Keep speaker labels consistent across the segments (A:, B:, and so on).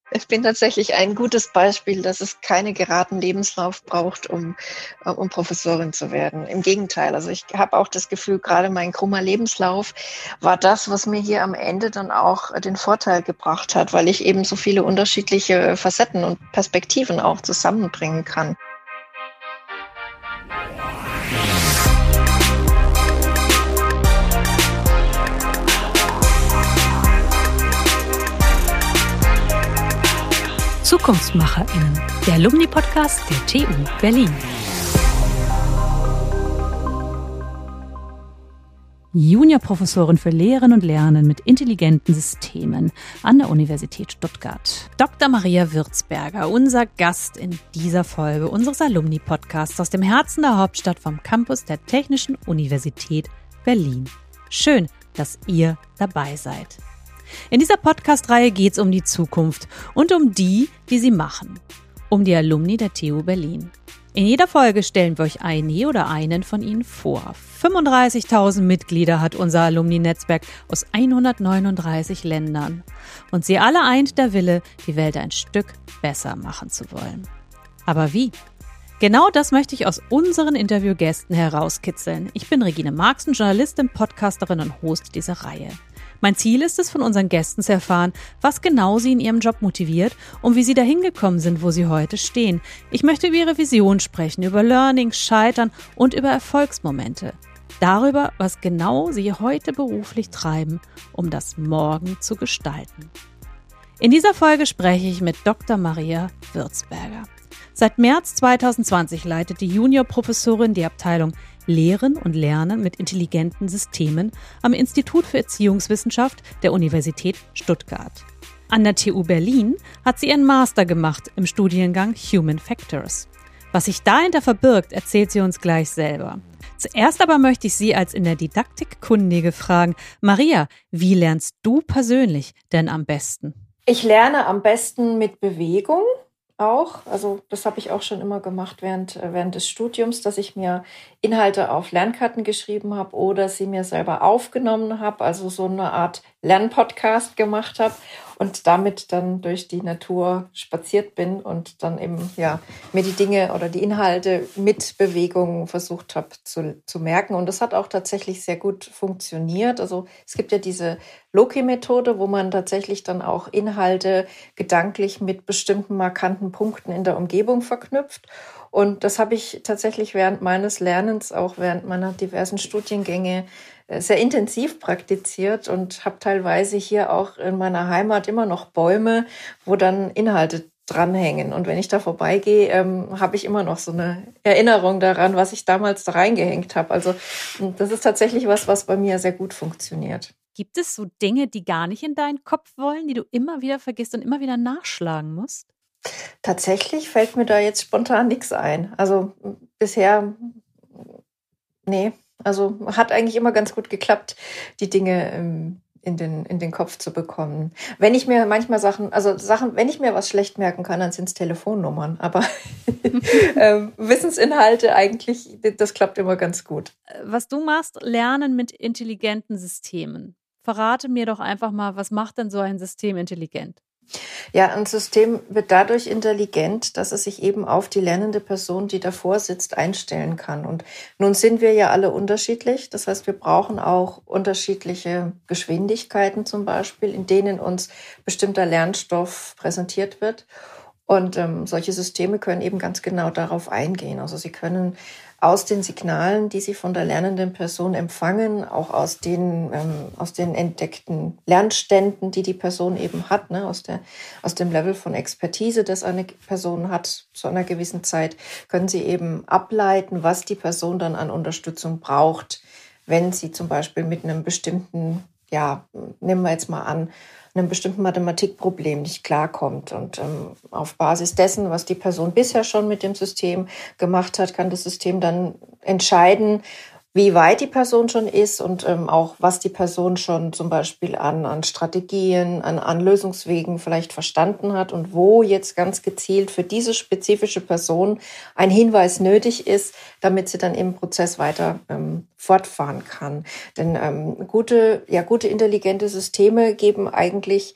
A: Ich bin tatsächlich ein gutes Beispiel, dass es keine geraden Lebenslauf braucht, um Professorin zu werden. Im Gegenteil, also ich habe auch das Gefühl, gerade mein krummer Lebenslauf war das, was mir hier am Ende dann auch den Vorteil gebracht hat, weil ich eben so viele unterschiedliche Facetten und Perspektiven auch zusammenbringen kann.
B: ZukunftsmacherInnen, der Alumni-Podcast der TU Berlin. Juniorprofessorin für Lehren und Lernen mit intelligenten Systemen an der Universität Stuttgart. Dr. Maria Würzberger, unser Gast in dieser Folge unseres Alumni-Podcasts aus dem Herzen der Hauptstadt vom Campus der Technischen Universität Berlin. Schön, dass ihr dabei seid. In dieser Podcast-Reihe geht es um die Zukunft und um die sie machen. Um die Alumni der TU Berlin. In jeder Folge stellen wir euch eine oder einen von ihnen vor. 35.000 Mitglieder hat unser Alumni-Netzwerk aus 139 Ländern. Und sie alle eint der Wille, die Welt ein Stück besser machen zu wollen. Aber wie? Genau das möchte ich aus unseren Interviewgästen herauskitzeln. Ich bin Regine Marxen, Journalistin, Podcasterin und Host dieser Reihe. Mein Ziel ist es, von unseren Gästen zu erfahren, was genau sie in ihrem Job motiviert und wie sie dahin gekommen sind, wo sie heute stehen. Ich möchte über ihre Vision sprechen, über Learnings, Scheitern und über Erfolgsmomente. Darüber, was genau sie heute beruflich treiben, um das Morgen zu gestalten. In dieser Folge spreche ich mit Dr. Maria Würzberger. Seit März 2020 leitet die Juniorprofessorin die Abteilung Lehren und Lernen mit intelligenten Systemen am Institut für Erziehungswissenschaft der Universität Stuttgart. An der TU Berlin hat sie ihren Master gemacht im Studiengang Human Factors. Was sich dahinter verbirgt, erzählt sie uns gleich selber. Zuerst aber möchte ich Sie als in der Didaktik Kundige fragen, Maria, wie lernst du persönlich denn am besten?
A: Ich lerne am besten mit Bewegung. Auch, also das habe ich auch schon immer gemacht während des Studiums, dass ich mir Inhalte auf Lernkarten geschrieben habe oder sie mir selber aufgenommen habe, also so eine Art Lernpodcast gemacht habe und damit dann durch die Natur spaziert bin und dann eben mir die Dinge oder die Inhalte mit Bewegung versucht habe zu merken. Und das hat auch tatsächlich sehr gut funktioniert. Also es gibt ja diese Loki-Methode, wo man tatsächlich dann auch Inhalte gedanklich mit bestimmten markanten Punkten in der Umgebung verknüpft. Und das habe ich tatsächlich während meines Lernens, auch während meiner diversen Studiengänge, sehr intensiv praktiziert und habe teilweise hier auch in meiner Heimat immer noch Bäume, wo dann Inhalte dranhängen. Und wenn ich da vorbeigehe, habe ich immer noch so eine Erinnerung daran, was ich damals da reingehängt habe. Also das ist tatsächlich was bei mir sehr gut funktioniert.
B: Gibt es so Dinge, die gar nicht in deinen Kopf wollen, die du immer wieder vergisst und immer wieder nachschlagen musst?
A: Tatsächlich fällt mir da jetzt spontan nichts ein. Also bisher, nee. Also hat eigentlich immer ganz gut geklappt, die Dinge in den Kopf zu bekommen. Wenn ich mir manchmal wenn ich mir was schlecht merken kann, dann sind es Telefonnummern. Aber Wissensinhalte eigentlich, das klappt immer ganz gut.
B: Was du machst, lernen mit intelligenten Systemen. Verrate mir doch einfach mal, was macht denn so ein System intelligent?
A: Ja, ein System wird dadurch intelligent, dass es sich eben auf die lernende Person, die davor sitzt, einstellen kann. Und nun sind wir ja alle unterschiedlich. Das heißt, wir brauchen auch unterschiedliche Geschwindigkeiten zum Beispiel, in denen uns bestimmter Lernstoff präsentiert wird. Und solche Systeme können eben ganz genau darauf eingehen. Also sie können aus den Signalen, die sie von der lernenden Person empfangen, auch aus den entdeckten Lernständen, die Person eben hat, ne, aus dem Level von Expertise, das eine Person hat zu einer gewissen Zeit, können sie eben ableiten, was die Person dann an Unterstützung braucht, wenn sie zum Beispiel mit einem bestimmten, nehmen wir jetzt mal an, einem bestimmten Mathematikproblem nicht klarkommt. Und auf Basis dessen, was die Person bisher schon mit dem System gemacht hat, kann das System dann entscheiden, wie weit die Person schon ist und auch was die Person schon zum Beispiel an Strategien, an Lösungswegen vielleicht verstanden hat und wo jetzt ganz gezielt für diese spezifische Person ein Hinweis nötig ist, damit sie dann im Prozess weiter fortfahren kann. Denn gute intelligente Systeme geben eigentlich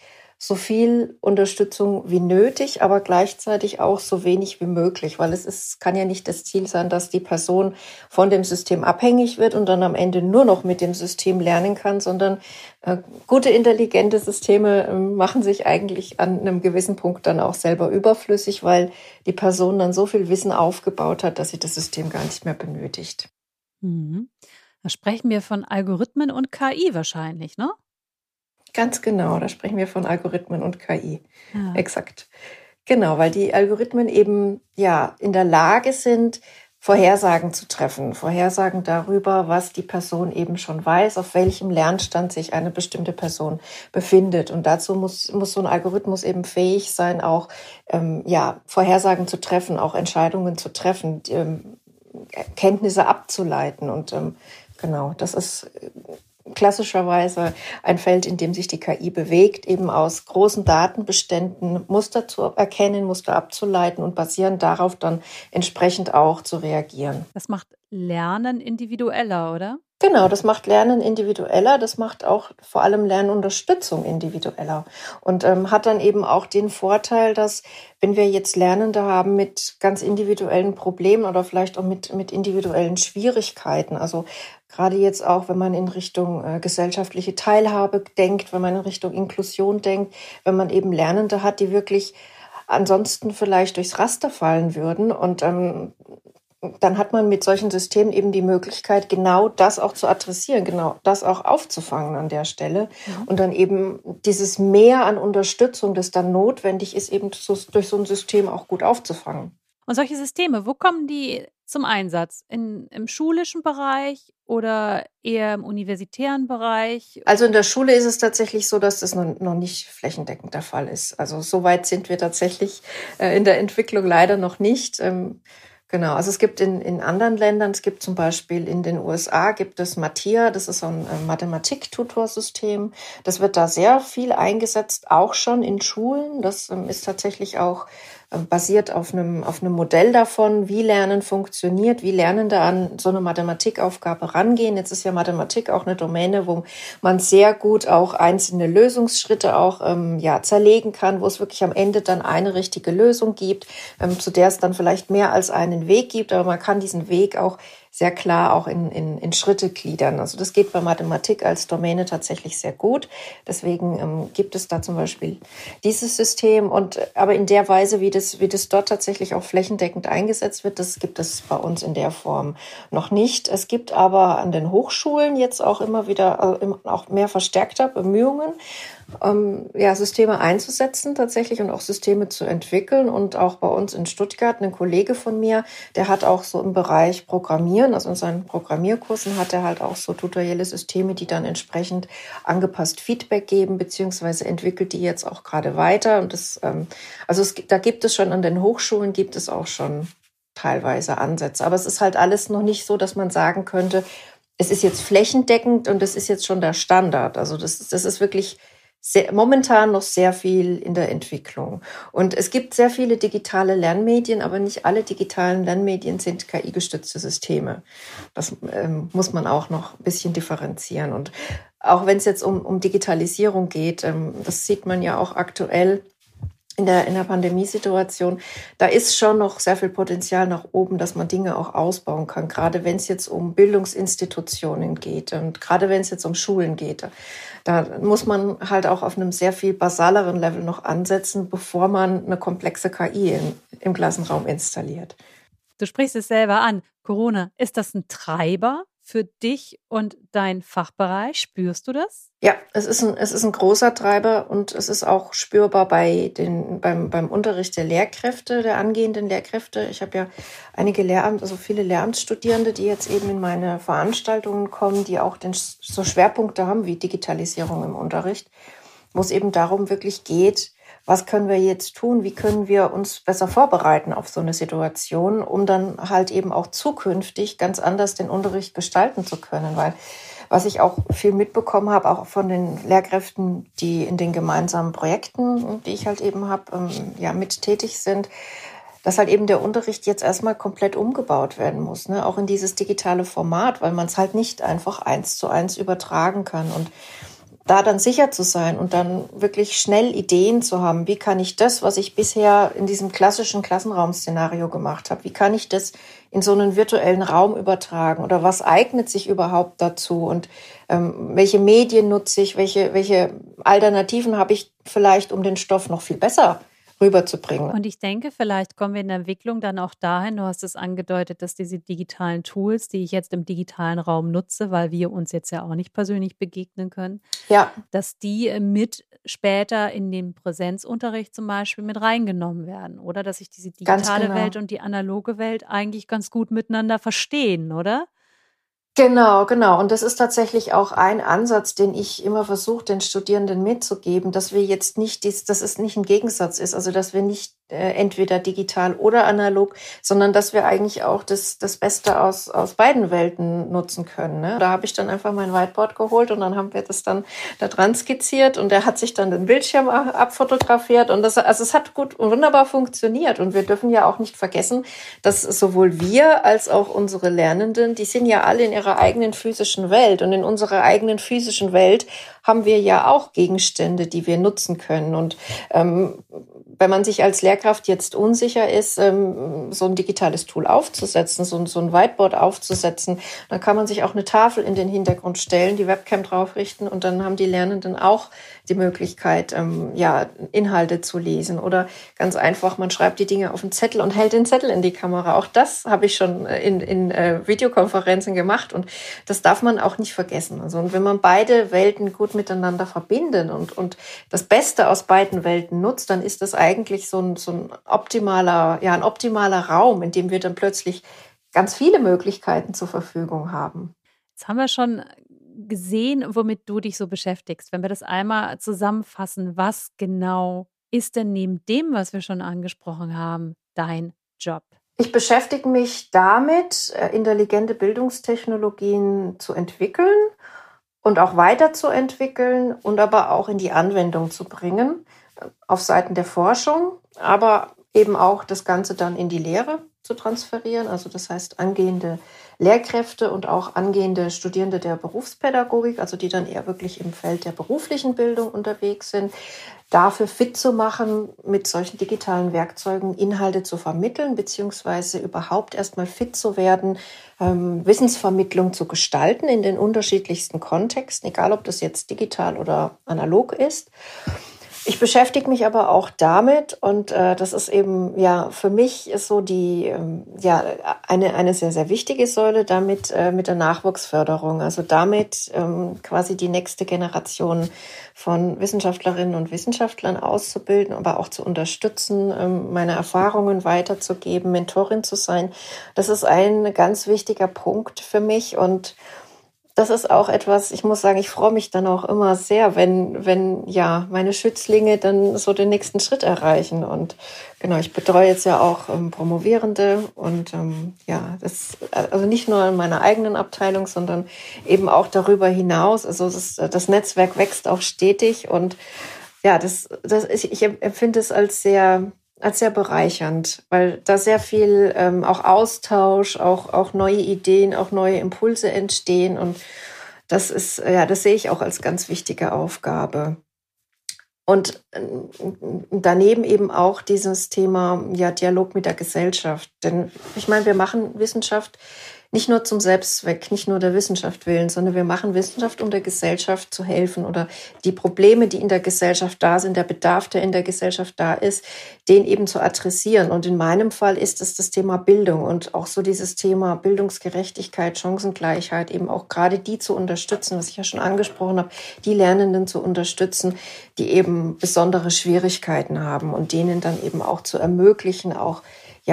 A: so viel Unterstützung wie nötig, aber gleichzeitig auch so wenig wie möglich, weil kann ja nicht das Ziel sein, dass die Person von dem System abhängig wird und dann am Ende nur noch mit dem System lernen kann, sondern gute, intelligente Systeme machen sich eigentlich an einem gewissen Punkt dann auch selber überflüssig, weil die Person dann so viel Wissen aufgebaut hat, dass sie das System gar nicht mehr benötigt.
B: Mhm. Da sprechen wir von Algorithmen und KI wahrscheinlich, ne?
A: Ganz genau, da sprechen wir von Algorithmen und KI.
B: Ja.
A: Exakt. Genau, weil die Algorithmen eben in der Lage sind, Vorhersagen zu treffen. Vorhersagen darüber, was die Person eben schon weiß, auf welchem Lernstand sich eine bestimmte Person befindet. Und dazu muss so ein Algorithmus eben fähig sein, auch Vorhersagen zu treffen, auch Entscheidungen zu treffen, Kenntnisse abzuleiten. Und genau, das ist klassischerweise ein Feld, in dem sich die KI bewegt, eben aus großen Datenbeständen Muster zu erkennen, Muster abzuleiten und basierend darauf dann entsprechend auch zu reagieren.
B: Das macht Lernen individueller, oder?
A: Genau, das macht Lernen individueller, das macht auch vor allem Lernunterstützung individueller und hat dann eben auch den Vorteil, dass wenn wir jetzt Lernende haben mit ganz individuellen Problemen oder vielleicht auch mit individuellen Schwierigkeiten, also gerade jetzt auch, wenn man in Richtung gesellschaftliche Teilhabe denkt, wenn man in Richtung Inklusion denkt, wenn man eben Lernende hat, die wirklich ansonsten vielleicht durchs Raster fallen würden und dann hat man mit solchen Systemen eben die Möglichkeit, genau das auch zu adressieren, genau das auch aufzufangen an der Stelle und dann eben dieses Mehr an Unterstützung, das dann notwendig ist, eben durch so ein System auch gut aufzufangen.
B: Und solche Systeme, wo kommen die zum Einsatz? Im schulischen Bereich oder eher im universitären Bereich?
A: Also in der Schule ist es tatsächlich so, dass das noch nicht flächendeckend der Fall ist. Also so weit sind wir tatsächlich in der Entwicklung leider noch nicht. Genau, also es gibt in anderen Ländern, es gibt zum Beispiel in den USA gibt es Mattia, das ist so ein Mathematik-Tutorsystem. Das wird da sehr viel eingesetzt, auch schon in Schulen. Das ist tatsächlich auch basiert auf einem Modell davon, wie Lernen funktioniert, wie Lernende an so eine Mathematikaufgabe rangehen. Jetzt ist ja Mathematik auch eine Domäne, wo man sehr gut auch einzelne Lösungsschritte auch zerlegen kann, wo es wirklich am Ende dann eine richtige Lösung gibt, zu der es dann vielleicht mehr als einen Weg gibt, aber man kann diesen Weg auch sehr klar auch in Schritte gliedern. Also das geht bei Mathematik als Domäne tatsächlich sehr gut. Deswegen gibt es da zum Beispiel dieses System aber in der Weise, wie das dort tatsächlich auch flächendeckend eingesetzt wird, das gibt es bei uns in der Form noch nicht. Es gibt aber an den Hochschulen jetzt auch immer wieder auch mehr verstärkter Bemühungen, Systeme einzusetzen tatsächlich und auch Systeme zu entwickeln. Und auch bei uns in Stuttgart, ein Kollege von mir, der hat auch so im Bereich Programmieren, also in seinen Programmierkursen hat er halt auch so tutorielle Systeme, die dann entsprechend angepasst Feedback geben, beziehungsweise entwickelt die jetzt auch gerade weiter. Und da gibt es schon an den Hochschulen, gibt es auch schon teilweise Ansätze. Aber es ist halt alles noch nicht so, dass man sagen könnte, es ist jetzt flächendeckend und das ist jetzt schon der Standard. Also das ist wirklich momentan noch sehr viel in der Entwicklung. Und es gibt sehr viele digitale Lernmedien, aber nicht alle digitalen Lernmedien sind KI-gestützte Systeme. Das muss man auch noch ein bisschen differenzieren. Und auch wenn es jetzt um Digitalisierung geht, das sieht man ja auch aktuell in der Pandemiesituation, da ist schon noch sehr viel Potenzial nach oben, dass man Dinge auch ausbauen kann, gerade wenn es jetzt um Bildungsinstitutionen geht und gerade wenn es jetzt um Schulen geht. Da muss man halt auch auf einem sehr viel basaleren Level noch ansetzen, bevor man eine komplexe KI im Klassenraum installiert.
B: Du sprichst es selber an. Corona, ist das ein Treiber für dich und dein Fachbereich? Spürst du das?
A: Ja, es ist ein großer Treiber und es ist auch spürbar beim Unterricht der Lehrkräfte, der angehenden Lehrkräfte. Ich habe ja einige viele Lehramtsstudierende, die jetzt eben in meine Veranstaltungen kommen, die auch so Schwerpunkte haben wie Digitalisierung im Unterricht, wo es eben darum wirklich geht, was können wir jetzt tun? Wie können wir uns besser vorbereiten auf so eine Situation, um dann halt eben auch zukünftig ganz anders den Unterricht gestalten zu können? Weil was ich auch viel mitbekommen habe, auch von den Lehrkräften, die in den gemeinsamen Projekten, die ich halt eben habe, mit tätig sind, dass halt eben der Unterricht jetzt erstmal komplett umgebaut werden muss, ne? Auch in dieses digitale Format, weil man es halt nicht einfach 1:1 übertragen kann. Und da dann sicher zu sein und dann wirklich schnell Ideen zu haben, wie kann ich das, was ich bisher in diesem klassischen Klassenraum-Szenario gemacht habe, wie kann ich das in so einen virtuellen Raum übertragen oder was eignet sich überhaupt dazu und welche Medien nutze ich, welche Alternativen habe ich vielleicht, um den Stoff noch viel besser rüberzubringen.
B: Und ich denke, vielleicht kommen wir in der Entwicklung dann auch dahin, du hast es angedeutet, dass diese digitalen Tools, die ich jetzt im digitalen Raum nutze, weil wir uns jetzt ja auch nicht persönlich begegnen können, dass die mit später in den Präsenzunterricht zum Beispiel mit reingenommen werden, oder? Dass sich diese digitale Welt und die analoge Welt eigentlich ganz gut miteinander verstehen, oder?
A: Genau. Und das ist tatsächlich auch ein Ansatz, den ich immer versuche, den Studierenden mitzugeben, dass wir jetzt nicht, dass es nicht ein Gegensatz ist, also dass wir nicht entweder digital oder analog, sondern dass wir eigentlich auch das Beste aus beiden Welten nutzen können. Ne? Da habe ich dann einfach mein Whiteboard geholt und dann haben wir das dann da dran skizziert und er hat sich dann den Bildschirm abfotografiert und es hat gut und wunderbar funktioniert und wir dürfen ja auch nicht vergessen, dass sowohl wir als auch unsere Lernenden, die sind ja alle in ihrer eigenen physischen Welt und in unserer eigenen physischen Welt haben wir ja auch Gegenstände, die wir nutzen können und wenn man sich als Lehrkraft jetzt unsicher ist, so ein digitales Tool aufzusetzen, so ein Whiteboard aufzusetzen, dann kann man sich auch eine Tafel in den Hintergrund stellen, die Webcam draufrichten und dann haben die Lernenden auch die Möglichkeit, Inhalte zu lesen. Oder ganz einfach, man schreibt die Dinge auf einen Zettel und hält den Zettel in die Kamera. Auch das habe ich schon in Videokonferenzen gemacht und das darf man auch nicht vergessen. Also und wenn man beide Welten gut miteinander verbindet und das Beste aus beiden Welten nutzt, dann ist das eigentlich so ein optimaler Raum, in dem wir dann plötzlich ganz viele Möglichkeiten zur Verfügung haben.
B: Jetzt haben wir schon gesehen, womit du dich so beschäftigst. Wenn wir das einmal zusammenfassen, was genau ist denn neben dem, was wir schon angesprochen haben, dein Job?
A: Ich beschäftige mich damit, intelligente Bildungstechnologien zu entwickeln und auch weiterzuentwickeln und aber auch in die Anwendung zu bringen, auf Seiten der Forschung, aber eben auch das Ganze dann in die Lehre zu transferieren. Also das heißt angehende Lehrkräfte und auch angehende Studierende der Berufspädagogik, also die dann eher wirklich im Feld der beruflichen Bildung unterwegs sind, dafür fit zu machen, mit solchen digitalen Werkzeugen Inhalte zu vermitteln, beziehungsweise überhaupt erstmal fit zu werden, Wissensvermittlung zu gestalten in den unterschiedlichsten Kontexten, egal ob das jetzt digital oder analog ist. Ich beschäftige mich aber auch damit und das ist eben für mich ist so die eine sehr, sehr wichtige Säule damit mit der Nachwuchsförderung, also damit quasi die nächste Generation von Wissenschaftlerinnen und Wissenschaftlern auszubilden, aber auch zu unterstützen, meine Erfahrungen weiterzugeben, Mentorin zu sein. Das ist ein ganz wichtiger Punkt für mich und das ist auch etwas, ich muss sagen, ich freue mich dann auch immer sehr, wenn meine Schützlinge dann so den nächsten Schritt erreichen. Und genau, ich betreue jetzt ja auch Promovierende und das also nicht nur in meiner eigenen Abteilung, sondern eben auch darüber hinaus. Also das Netzwerk wächst auch stetig und ich empfinde es als sehr bereichernd, weil da sehr viel auch Austausch, auch neue Ideen, auch neue Impulse entstehen und das sehe ich auch als ganz wichtige Aufgabe. Und daneben eben auch dieses Thema Dialog mit der Gesellschaft, denn ich meine, wir machen Wissenschaft nicht nur zum Selbstzweck, nicht nur der Wissenschaft willen, sondern wir machen Wissenschaft, um der Gesellschaft zu helfen oder die Probleme, die in der Gesellschaft da sind, der Bedarf, der in der Gesellschaft da ist, den eben zu adressieren. Und in meinem Fall ist es das Thema Bildung und auch so dieses Thema Bildungsgerechtigkeit, Chancengleichheit, eben auch gerade die zu unterstützen, was ich ja schon angesprochen habe, die Lernenden zu unterstützen, die eben besondere Schwierigkeiten haben und denen dann eben auch zu ermöglichen, auch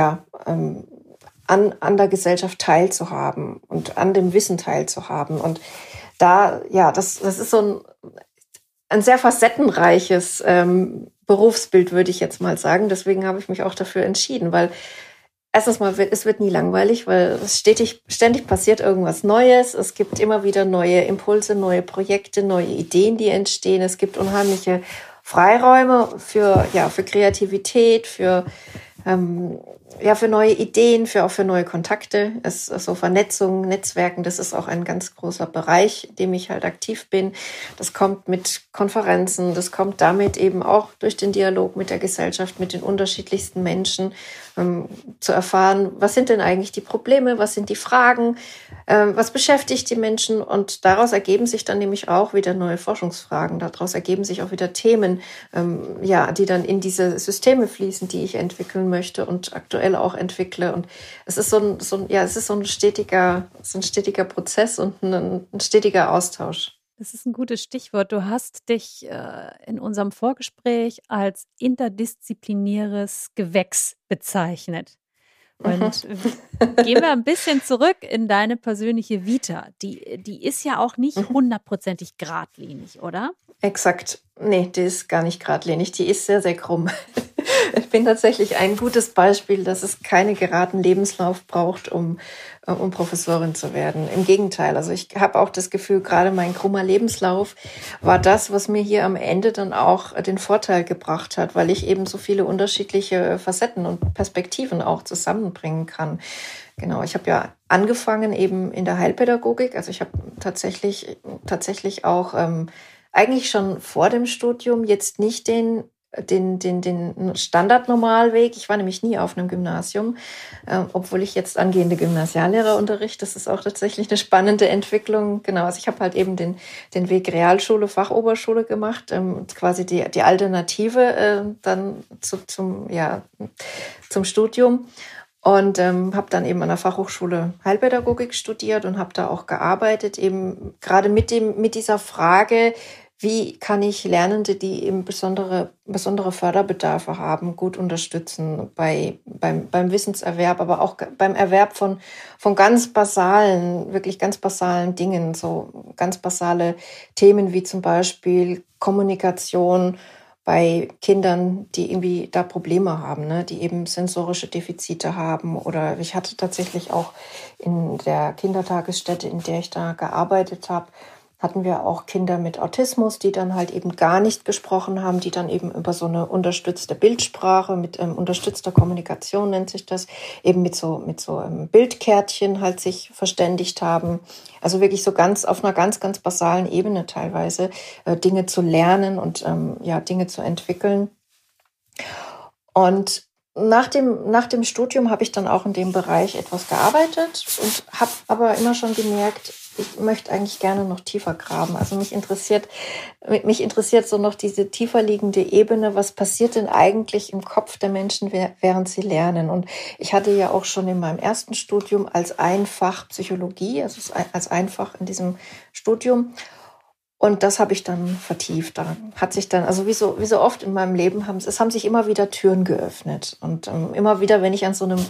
A: an der Gesellschaft teilzuhaben und an dem Wissen teilzuhaben. Und das ist so ein sehr facettenreiches Berufsbild, würde ich jetzt mal sagen. Deswegen habe ich mich auch dafür entschieden, weil erstens mal, es wird nie langweilig, weil es ständig passiert irgendwas Neues. Es gibt immer wieder neue Impulse, neue Projekte, neue Ideen, die entstehen. Es gibt unheimliche Freiräume für Kreativität, für für neue Ideen, auch für neue Kontakte. So Vernetzung, Netzwerken, das ist auch ein ganz großer Bereich, in dem ich halt aktiv bin. Das kommt mit Konferenzen, das kommt damit eben auch durch den Dialog mit der Gesellschaft, mit den unterschiedlichsten Menschen, zu erfahren, was sind denn eigentlich die Probleme, was sind die Fragen, was beschäftigt die Menschen, und daraus ergeben sich dann nämlich auch wieder neue Forschungsfragen, daraus ergeben sich auch wieder Themen, die dann in diese Systeme fließen, die ich entwickeln möchte und aktuell auch entwickle. Und es ist so ein stetiger Prozess und ein stetiger Austausch.
B: Das ist ein gutes Stichwort. Du hast dich in unserem Vorgespräch als interdisziplinäres Gewächs bezeichnet. Und gehen wir ein bisschen zurück in deine persönliche Vita. Die ist ja auch nicht hundertprozentig geradlinig, oder?
A: Exakt. Nee, die ist gar nicht geradlinig. Die ist sehr, sehr krumm. Ich bin tatsächlich ein gutes Beispiel, dass es keinen geraden Lebenslauf braucht, um Professorin zu werden. Im Gegenteil. Also ich habe auch das Gefühl, gerade mein krummer Lebenslauf war das, was mir hier am Ende dann auch den Vorteil gebracht hat, weil ich eben so viele unterschiedliche Facetten und Perspektiven auch zusammenbringen kann. Genau, ich habe ja angefangen eben in der Heilpädagogik. Also ich habe tatsächlich auch eigentlich schon vor dem Studium jetzt nicht den Standardnormalweg. Ich war nämlich nie auf einem Gymnasium, obwohl ich jetzt angehende Gymnasiallehrer unterrichte. Das ist auch tatsächlich eine spannende Entwicklung. Genau, also ich habe halt eben den Weg Realschule, Fachoberschule gemacht, quasi die Alternative dann zum Studium. Und habe dann eben an der Fachhochschule Heilpädagogik studiert und habe da auch gearbeitet, eben gerade mit dieser Frage, wie kann ich Lernende, die eben besondere Förderbedarfe haben, gut unterstützen beim Wissenserwerb, aber auch beim Erwerb von wirklich ganz basalen Dingen, so ganz basale Themen wie zum Beispiel Kommunikation bei Kindern, die irgendwie da Probleme haben, ne, die eben sensorische Defizite haben. Oder ich hatte tatsächlich auch in der Kindertagesstätte, in der ich da gearbeitet habe, hatten wir auch Kinder mit Autismus, die dann halt eben gar nicht gesprochen haben, die dann eben über so eine unterstützte Bildsprache, mit unterstützter Kommunikation nennt sich das, eben mit so Bildkärtchen halt sich verständigt haben. Also wirklich so ganz auf einer ganz, ganz basalen Ebene teilweise Dinge zu lernen und Dinge zu entwickeln. Und nach dem Studium habe ich dann auch in dem Bereich etwas gearbeitet und habe aber immer schon gemerkt, ich möchte eigentlich gerne noch tiefer graben. Also mich interessiert so noch diese tiefer liegende Ebene. Was passiert denn eigentlich im Kopf der Menschen, während sie lernen? Und ich hatte ja auch schon in meinem ersten Studium als Einfach Psychologie, also als Einfach in diesem Studium. Und das habe ich dann vertieft. Da hat sich dann, also wie so oft in meinem Leben, haben sich immer wieder Türen geöffnet. Und immer wieder, wenn ich an so einem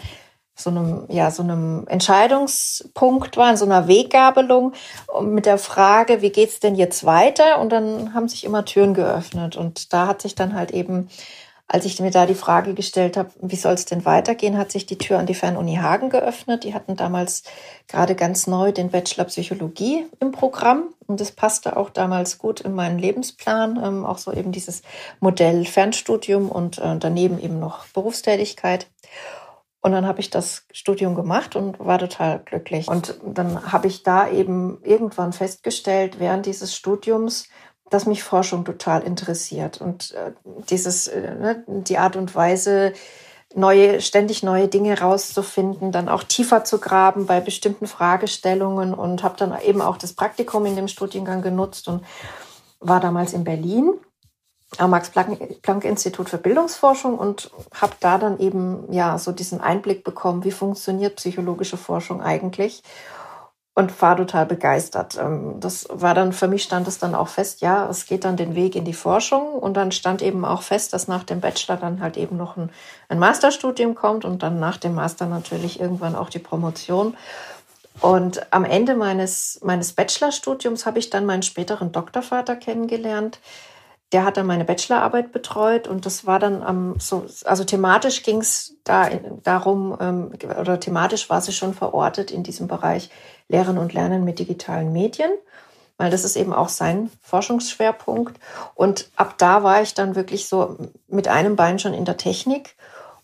A: Entscheidungspunkt war, an so einer Weggabelung mit der Frage, wie geht's denn jetzt weiter? Und dann haben sich immer Türen geöffnet. Und da hat sich dann halt eben, als ich mir da die Frage gestellt habe, wie soll es denn weitergehen, hat sich die Tür an die Fernuni Hagen geöffnet. Die hatten damals gerade ganz neu den Bachelor Psychologie im Programm. Und das passte auch damals gut in meinen Lebensplan. Auch so eben dieses Modell Fernstudium und daneben eben noch Berufstätigkeit. Und dann habe ich das Studium gemacht und war total glücklich. Und dann habe ich da eben irgendwann festgestellt, während dieses Studiums, dass mich Forschung total interessiert. Und die Art und Weise, ständig neue Dinge rauszufinden, dann auch tiefer zu graben bei bestimmten Fragestellungen, und habe dann eben auch das Praktikum in dem Studiengang genutzt und war damals in Berlin am Max-Planck-Institut für Bildungsforschung und habe da dann eben so diesen Einblick bekommen, wie funktioniert psychologische Forschung eigentlich, und war total begeistert. Das war dann, für mich stand es dann auch fest, es geht dann den Weg in die Forschung, und dann stand eben auch fest, dass nach dem Bachelor dann halt eben noch ein Masterstudium kommt und dann nach dem Master natürlich irgendwann auch die Promotion. Und am Ende meines Bachelorstudiums habe ich dann meinen späteren Doktorvater kennengelernt. Der hat dann meine Bachelorarbeit betreut, und das war dann also thematisch ging es darum, oder thematisch war sie schon verortet in diesem Bereich Lehren und Lernen mit digitalen Medien, weil das ist eben auch sein Forschungsschwerpunkt. Und ab da war ich dann wirklich so mit einem Bein schon in der Technik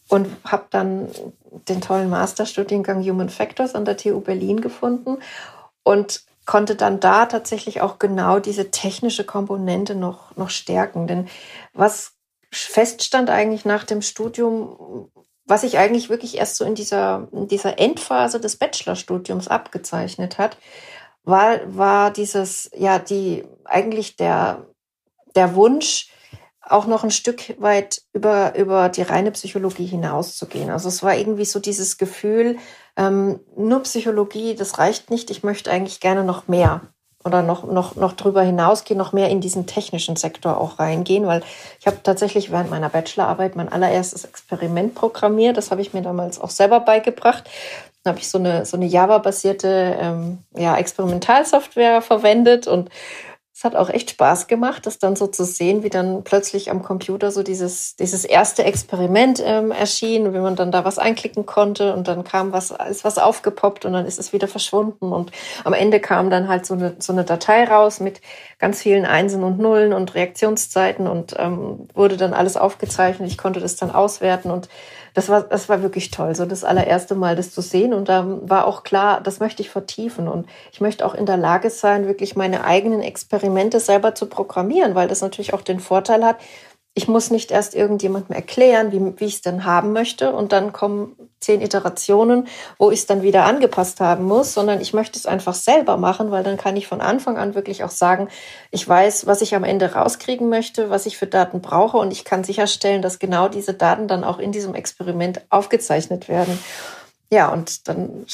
A: und habe dann den tollen Masterstudiengang Human Factors an der TU Berlin gefunden und konnte dann da tatsächlich auch genau diese technische Komponente noch stärken. Denn was feststand eigentlich nach dem Studium, was sich eigentlich wirklich erst so in dieser Endphase des Bachelorstudiums abgezeichnet hat, war dieses, eigentlich der Wunsch, auch noch ein Stück weit über die reine Psychologie hinauszugehen. Also es war irgendwie so dieses Gefühl, nur Psychologie, das reicht nicht, ich möchte eigentlich gerne noch mehr oder noch drüber hinausgehen, noch mehr in diesen technischen Sektor auch reingehen, weil ich habe tatsächlich während meiner Bachelorarbeit mein allererstes Experiment programmiert, das habe ich mir damals auch selber beigebracht. Dann habe ich so eine Java-basierte Experimentalsoftware verwendet und es hat auch echt Spaß gemacht, das dann so zu sehen, wie dann plötzlich am Computer so dieses erste Experiment erschien, wie man dann da was einklicken konnte und dann ist was aufgepoppt und dann ist es wieder verschwunden und am Ende kam dann halt so eine Datei raus mit ganz vielen Einsen und Nullen und Reaktionszeiten und wurde dann alles aufgezeichnet. Ich konnte das dann auswerten und das war wirklich toll, so das allererste Mal das zu sehen und da war auch klar, das möchte ich vertiefen und ich möchte auch in der Lage sein, wirklich meine eigenen Experimente selber zu programmieren, weil das natürlich auch den Vorteil hat, ich muss nicht erst irgendjemandem erklären, wie ich es denn haben möchte und dann kommen 10 Iterationen, wo ich es dann wieder angepasst haben muss, sondern ich möchte es einfach selber machen, weil dann kann ich von Anfang an wirklich auch sagen, ich weiß, was ich am Ende rauskriegen möchte, was ich für Daten brauche und ich kann sicherstellen, dass genau diese Daten dann auch in diesem Experiment aufgezeichnet werden. Ja, und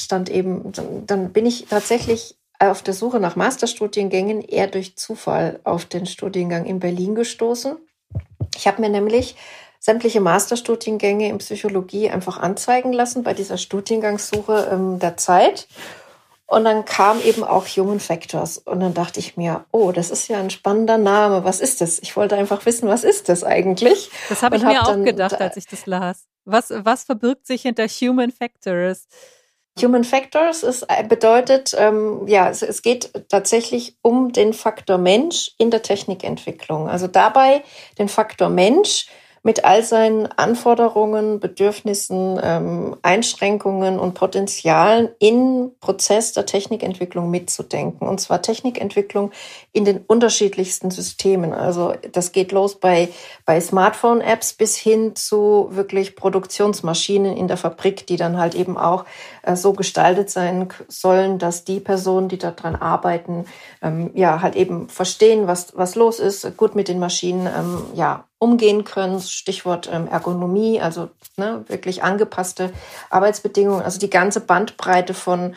A: dann bin ich tatsächlich auf der Suche nach Masterstudiengängen eher durch Zufall auf den Studiengang in Berlin gestoßen. Ich habe mir nämlich sämtliche Masterstudiengänge in Psychologie einfach anzeigen lassen bei dieser Studiengangssuche der Zeit. Und dann kam eben auch Human Factors. Und dann dachte ich mir, oh, das ist ja ein spannender Name. Was ist das? Ich wollte einfach wissen, was ist das eigentlich?
B: Das habe ich mir auch gedacht, als ich das las. Was verbirgt sich hinter Human Factors?
A: Human Factors bedeutet, es geht tatsächlich um den Faktor Mensch in der Technikentwicklung. Also dabei den Faktor Mensch mit all seinen Anforderungen, Bedürfnissen, Einschränkungen und Potenzialen im Prozess der Technikentwicklung mitzudenken. Und zwar Technikentwicklung in den unterschiedlichsten Systemen. Also das geht los bei Smartphone-Apps bis hin zu wirklich Produktionsmaschinen in der Fabrik, die dann halt eben auch so gestaltet sein sollen, dass die Personen, die daran arbeiten, halt eben verstehen, was los ist, gut mit den Maschinen, umgehen können. Stichwort Ergonomie, also wirklich angepasste Arbeitsbedingungen, also die ganze Bandbreite von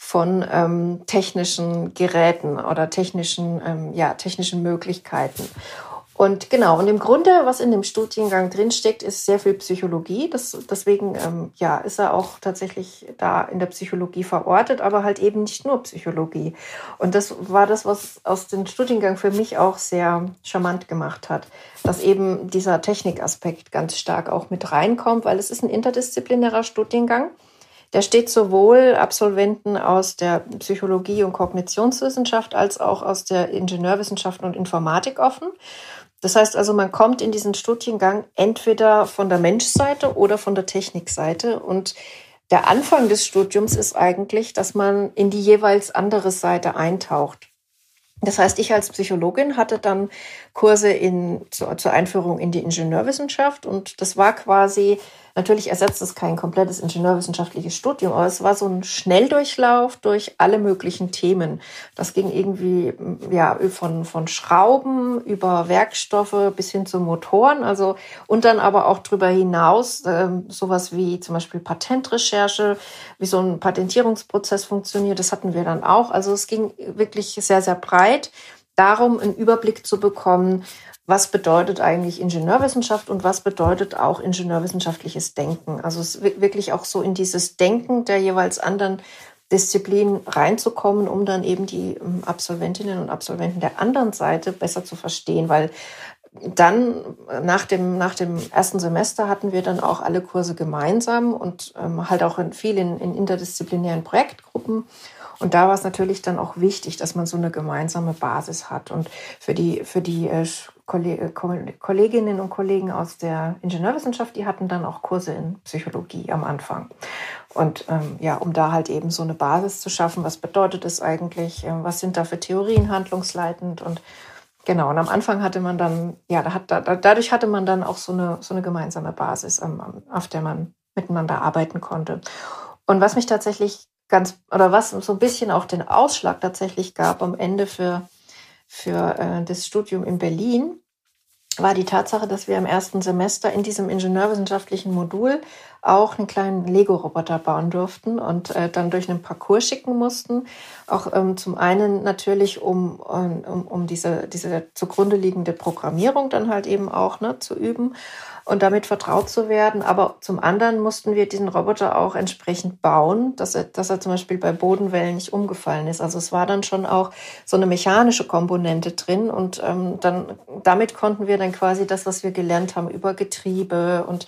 A: technischen Geräten oder technischen Möglichkeiten. Und genau, und im Grunde, was in dem Studiengang drinsteckt, ist sehr viel Psychologie. Deswegen ist er auch tatsächlich da in der Psychologie verortet, aber halt eben nicht nur Psychologie. Und das war das, was aus dem Studiengang für mich auch sehr charmant gemacht hat, dass eben dieser Technikaspekt ganz stark auch mit reinkommt, weil es ist ein interdisziplinärer Studiengang. Der steht sowohl Absolventen aus der Psychologie und Kognitionswissenschaft als auch aus der Ingenieurwissenschaften und Informatik offen. Das heißt also, man kommt in diesen Studiengang entweder von der Menschseite oder von der Technikseite. Und der Anfang des Studiums ist eigentlich, dass man in die jeweils andere Seite eintaucht. Das heißt, ich als Psychologin hatte dann Kurse zur Einführung in die Ingenieurwissenschaft und das war quasi, natürlich ersetzt es kein komplettes ingenieurwissenschaftliches Studium, aber es war so ein Schnelldurchlauf durch alle möglichen Themen. Das ging irgendwie von Schrauben über Werkstoffe bis hin zu Motoren, also und dann aber auch darüber hinaus sowas wie zum Beispiel Patentrecherche, wie so ein Patentierungsprozess funktioniert, das hatten wir dann auch. Also es ging wirklich sehr, sehr breit darum, einen Überblick zu bekommen, was bedeutet eigentlich Ingenieurwissenschaft und was bedeutet auch ingenieurwissenschaftliches Denken. Also es wirklich auch so in dieses Denken der jeweils anderen Disziplinen reinzukommen, um dann eben die Absolventinnen und Absolventen der anderen Seite besser zu verstehen, weil dann nach dem ersten Semester hatten wir dann auch alle Kurse gemeinsam und halt auch viel in interdisziplinären Projektgruppen. Und da war es natürlich dann auch wichtig, dass man so eine gemeinsame Basis hat. Und für die Kolleginnen und Kollegen aus der Ingenieurwissenschaft, die hatten dann auch Kurse in Psychologie am Anfang. Und um da halt eben so eine Basis zu schaffen, was bedeutet es eigentlich, was sind da für Theorien handlungsleitend und genau, und am Anfang hatte man dann, dadurch hatte man dann auch so eine gemeinsame Basis, auf der man miteinander arbeiten konnte. Und was mich tatsächlich was so ein bisschen auch den Ausschlag tatsächlich gab am Ende für das Studium in Berlin, war die Tatsache, dass wir im ersten Semester in diesem ingenieurwissenschaftlichen Modul auch einen kleinen Lego-Roboter bauen durften und dann durch einen Parcours schicken mussten. Auch zum einen natürlich, um diese zugrunde liegende Programmierung dann halt eben auch zu üben und damit vertraut zu werden. Aber zum anderen mussten wir diesen Roboter auch entsprechend bauen, dass er zum Beispiel bei Bodenwellen nicht umgefallen ist. Also es war dann schon auch so eine mechanische Komponente drin und damit konnten wir dann quasi das, was wir gelernt haben über Getriebe und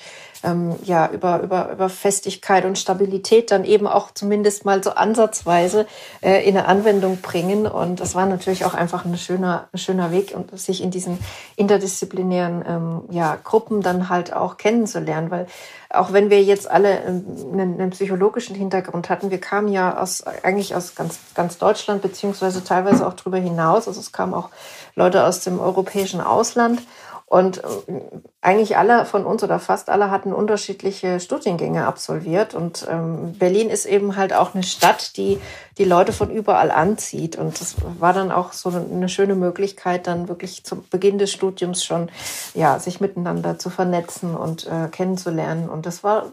A: über Festigkeit und Stabilität dann eben auch zumindest mal so ansatzweise in eine Anwendung bringen. Und das war natürlich auch einfach ein schöner Weg, und sich in diesen interdisziplinären Gruppen dann halt auch kennenzulernen, weil auch wenn wir jetzt alle einen psychologischen Hintergrund hatten, wir kamen ja eigentlich aus ganz, ganz Deutschland, beziehungsweise teilweise auch darüber hinaus. Also es kamen auch Leute aus dem europäischen Ausland. Und eigentlich alle von uns oder fast alle hatten unterschiedliche Studiengänge absolviert. Und Berlin ist eben halt auch eine Stadt, die Leute von überall anzieht. Und das war dann auch so eine schöne Möglichkeit, dann wirklich zu Beginn des Studiums schon sich miteinander zu vernetzen und kennenzulernen. Und es war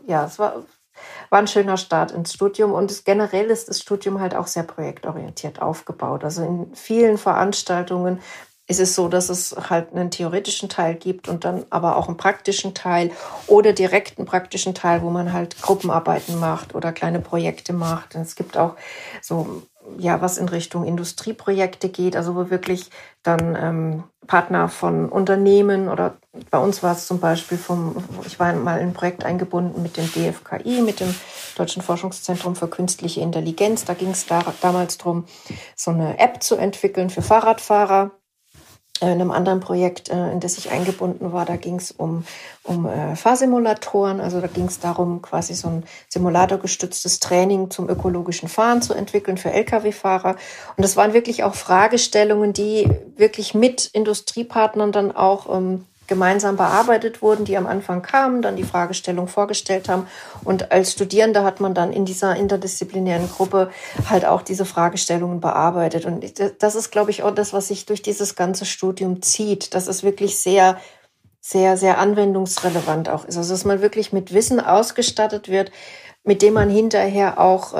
A: ein schöner Start ins Studium. Und generell ist das Studium halt auch sehr projektorientiert aufgebaut. Also in vielen Veranstaltungen ist es so, dass es halt einen theoretischen Teil gibt und dann aber auch einen praktischen Teil oder direkt einen praktischen Teil, wo man halt Gruppenarbeiten macht oder kleine Projekte macht. Und es gibt auch so, was in Richtung Industrieprojekte geht, also wo wirklich dann Partner von Unternehmen oder bei uns war es zum Beispiel ich war mal in ein Projekt eingebunden mit dem DFKI, mit dem Deutschen Forschungszentrum für Künstliche Intelligenz. Da ging es damals darum, so eine App zu entwickeln für Fahrradfahrer. In einem anderen Projekt, in das ich eingebunden war, da ging es um Fahrsimulatoren. Also da ging es darum, quasi so ein simulatorgestütztes Training zum ökologischen Fahren zu entwickeln für Lkw-Fahrer. Und das waren wirklich auch Fragestellungen, die wirklich mit Industriepartnern dann auch gemeinsam bearbeitet wurden, die am Anfang kamen, dann die Fragestellung vorgestellt haben. Und als Studierender hat man dann in dieser interdisziplinären Gruppe halt auch diese Fragestellungen bearbeitet. Und das ist, glaube ich, auch das, was sich durch dieses ganze Studium zieht, dass es wirklich sehr, sehr, sehr anwendungsrelevant auch ist. Also dass man wirklich mit Wissen ausgestattet wird, mit dem man hinterher auch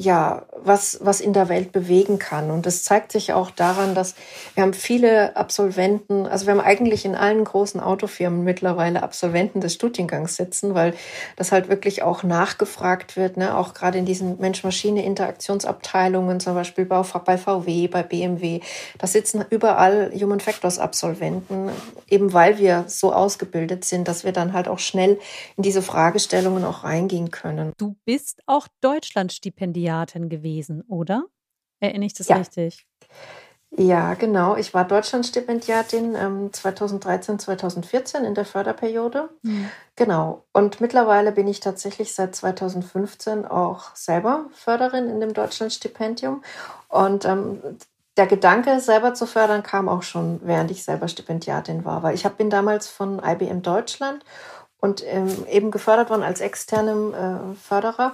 A: was in der Welt bewegen kann. Und das zeigt sich auch daran, dass wir haben viele Absolventen, also wir haben eigentlich in allen großen Autofirmen mittlerweile Absolventen des Studiengangs sitzen, weil das halt wirklich auch nachgefragt wird, ne? Auch gerade in diesen Mensch-Maschine-Interaktionsabteilungen, zum Beispiel bei VW, bei BMW, da sitzen überall Human Factors Absolventen, eben weil wir so ausgebildet sind, dass wir dann halt auch schnell in diese Fragestellungen auch reingehen können.
B: Du bist auch Deutschlandstipendiatin gewesen, oder? Erinnere ich das richtig?
A: Ja, genau. Ich war Deutschlandstipendiatin 2013, 2014 in der Förderperiode. Genau. Und mittlerweile bin ich tatsächlich seit 2015 auch selber Förderin in dem Deutschlandstipendium. Und der Gedanke, selber zu fördern, kam auch schon, während ich selber Stipendiatin war. Weil ich bin damals von IBM Deutschland und eben gefördert worden als externem Förderer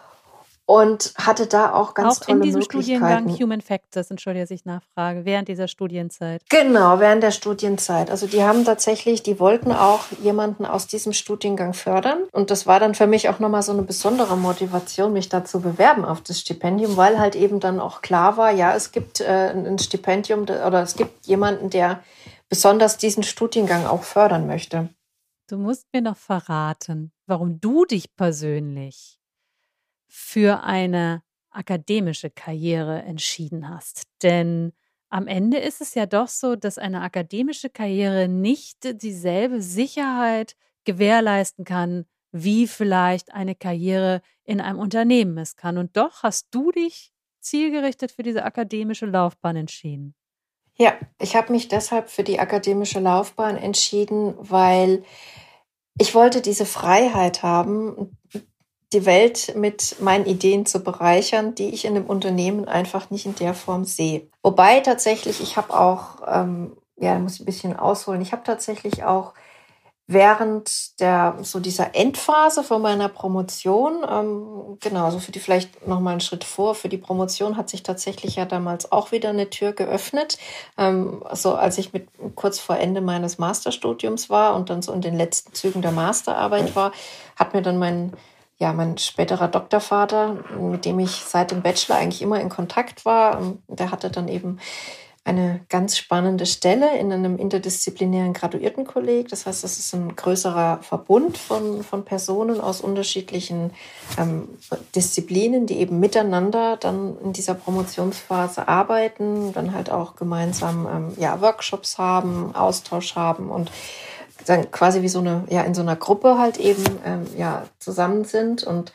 A: und hatte da auch ganz tolle Möglichkeiten.
B: Auch in diesem Studiengang Human Factors, entschuldige, dass ich nachfrage, während dieser Studienzeit?
A: Genau, während der Studienzeit. Also die wollten auch jemanden aus diesem Studiengang fördern. Und das war dann für mich auch nochmal so eine besondere Motivation, mich da zu bewerben auf das Stipendium, weil halt eben dann auch klar war, ja, es gibt ein Stipendium oder es gibt jemanden, der besonders diesen Studiengang auch fördern möchte.
B: Du musst mir noch verraten, warum du dich persönlich für eine akademische Karriere entschieden hast. Denn am Ende ist es ja doch so, dass eine akademische Karriere nicht dieselbe Sicherheit gewährleisten kann, wie vielleicht eine Karriere in einem Unternehmen es kann. Und doch hast du dich zielgerichtet für diese akademische Laufbahn entschieden.
A: Ja, ich habe mich deshalb für die akademische Laufbahn entschieden, weil ich wollte diese Freiheit haben, die Welt mit meinen Ideen zu bereichern, die ich in einem Unternehmen einfach nicht in der Form sehe. Wobei tatsächlich, ich habe auch, da muss ich ein bisschen ausholen, ich habe tatsächlich auch während dieser Endphase von meiner Promotion, so für die vielleicht noch mal einen Schritt vor, für die Promotion hat sich tatsächlich ja damals auch wieder eine Tür geöffnet. So als ich kurz vor Ende meines Masterstudiums war und dann so in den letzten Zügen der Masterarbeit war, hat mir dann mein späterer Doktorvater, mit dem ich seit dem Bachelor eigentlich immer in Kontakt war, der hatte dann eben eine ganz spannende Stelle in einem interdisziplinären Graduiertenkolleg. Das heißt, das ist ein größerer Verbund von Personen aus unterschiedlichen Disziplinen, die eben miteinander dann in dieser Promotionsphase arbeiten, dann halt auch gemeinsam Workshops haben, Austausch haben und dann quasi wie in so einer Gruppe halt eben zusammen sind. Und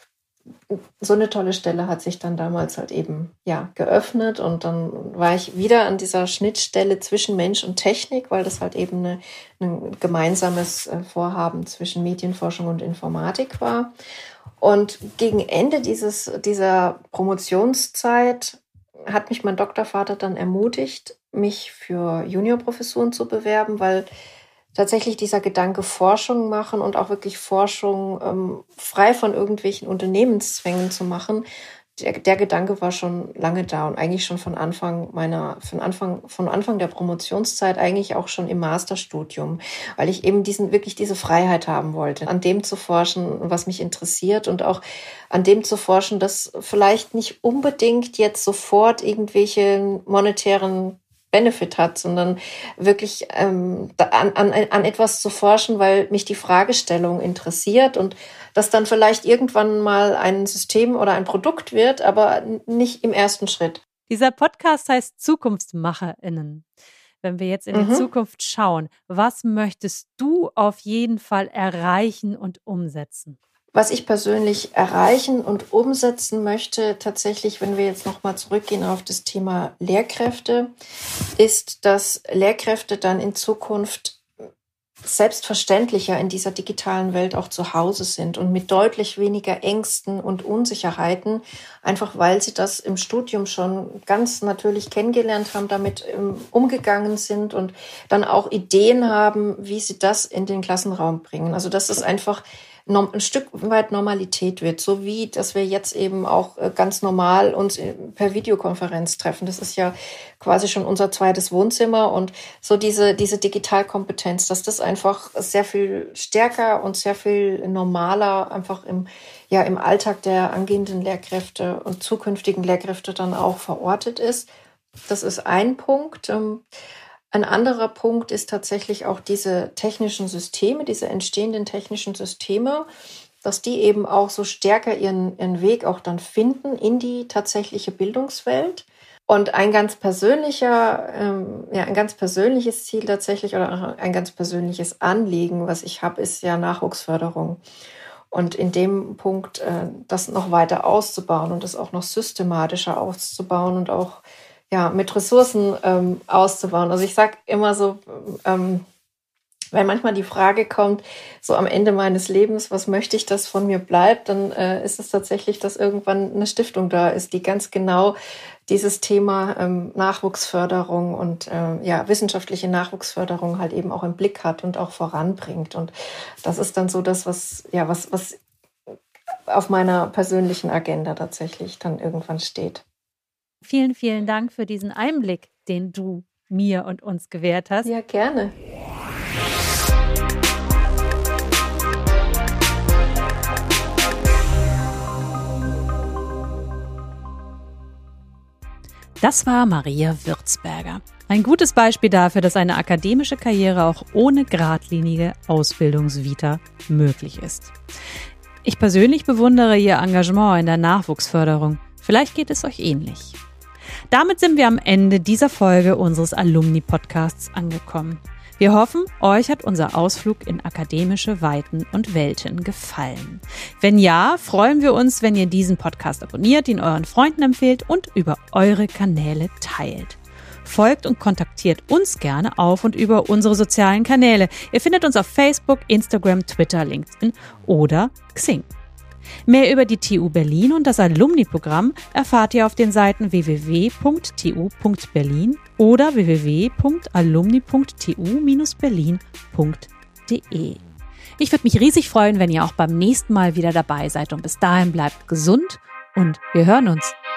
A: so eine tolle Stelle hat sich dann damals halt eben geöffnet, und dann war ich wieder an dieser Schnittstelle zwischen Mensch und Technik, weil das halt eben ein gemeinsames Vorhaben zwischen Medienforschung und Informatik war. Und gegen Ende dieser Promotionszeit hat mich mein Doktorvater dann ermutigt, mich für Juniorprofessuren zu bewerben, weil tatsächlich dieser Gedanke Forschung machen und auch wirklich Forschung frei von irgendwelchen Unternehmenszwängen zu machen, der Gedanke war schon lange da und eigentlich schon von Anfang der Promotionszeit, eigentlich auch schon im Masterstudium, weil ich eben diese Freiheit haben wollte, an dem zu forschen, was mich interessiert, und auch an dem zu forschen, das vielleicht nicht unbedingt jetzt sofort irgendwelche monetären Benefit hat, sondern wirklich an etwas zu forschen, weil mich die Fragestellung interessiert und das dann vielleicht irgendwann mal ein System oder ein Produkt wird, aber nicht im ersten Schritt.
B: Dieser Podcast heißt ZukunftsmacherInnen. Wenn wir jetzt in die Zukunft schauen, was möchtest du auf jeden Fall erreichen und umsetzen?
A: Was ich persönlich erreichen und umsetzen möchte, tatsächlich, wenn wir jetzt nochmal zurückgehen auf das Thema Lehrkräfte, ist, dass Lehrkräfte dann in Zukunft selbstverständlicher in dieser digitalen Welt auch zu Hause sind und mit deutlich weniger Ängsten und Unsicherheiten, einfach weil sie das im Studium schon ganz natürlich kennengelernt haben, damit umgegangen sind und dann auch Ideen haben, wie sie das in den Klassenraum bringen. Also das ist einfach ein Stück weit Normalität wird, so wie, dass wir jetzt eben auch ganz normal uns per Videokonferenz treffen. Das ist ja quasi schon unser zweites Wohnzimmer, und so diese Digitalkompetenz, dass das einfach sehr viel stärker und sehr viel normaler einfach im Alltag der angehenden Lehrkräfte und zukünftigen Lehrkräfte dann auch verortet ist. Das ist ein Punkt. Ein anderer Punkt ist tatsächlich auch diese technischen Systeme, diese entstehenden technischen Systeme, dass die eben auch so stärker ihren Weg auch dann finden in die tatsächliche Bildungswelt. Und ein ganz persönliches Ziel tatsächlich oder ein ganz persönliches Anliegen, was ich habe, ist ja Nachwuchsförderung. Und in dem Punkt das noch weiter auszubauen und das auch noch systematischer auszubauen und auch mit Ressourcen auszubauen. Also ich sage immer so, wenn manchmal die Frage kommt, so am Ende meines Lebens, was möchte ich, dass von mir bleibt, dann ist es tatsächlich, dass irgendwann eine Stiftung da ist, die ganz genau dieses Thema Nachwuchsförderung und wissenschaftliche Nachwuchsförderung halt eben auch im Blick hat und auch voranbringt. Und das ist dann so das, was auf meiner persönlichen Agenda tatsächlich dann irgendwann steht.
B: Vielen, vielen Dank für diesen Einblick, den du mir und uns gewährt hast.
A: Ja, gerne.
B: Das war Maria Würzberger. Ein gutes Beispiel dafür, dass eine akademische Karriere auch ohne geradlinige Ausbildungsvita möglich ist. Ich persönlich bewundere ihr Engagement in der Nachwuchsförderung. Vielleicht geht es euch ähnlich. Damit sind wir am Ende dieser Folge unseres Alumni-Podcasts angekommen. Wir hoffen, euch hat unser Ausflug in akademische Weiten und Welten gefallen. Wenn ja, freuen wir uns, wenn ihr diesen Podcast abonniert, ihn euren Freunden empfehlt und über eure Kanäle teilt. Folgt und kontaktiert uns gerne auf und über unsere sozialen Kanäle. Ihr findet uns auf Facebook, Instagram, Twitter, LinkedIn oder Xing. Mehr über die TU Berlin und das Alumni-Programm erfahrt ihr auf den Seiten www.tu.berlin oder www.alumni.tu-berlin.de. Ich würde mich riesig freuen, wenn ihr auch beim nächsten Mal wieder dabei seid und bis dahin bleibt gesund und wir hören uns.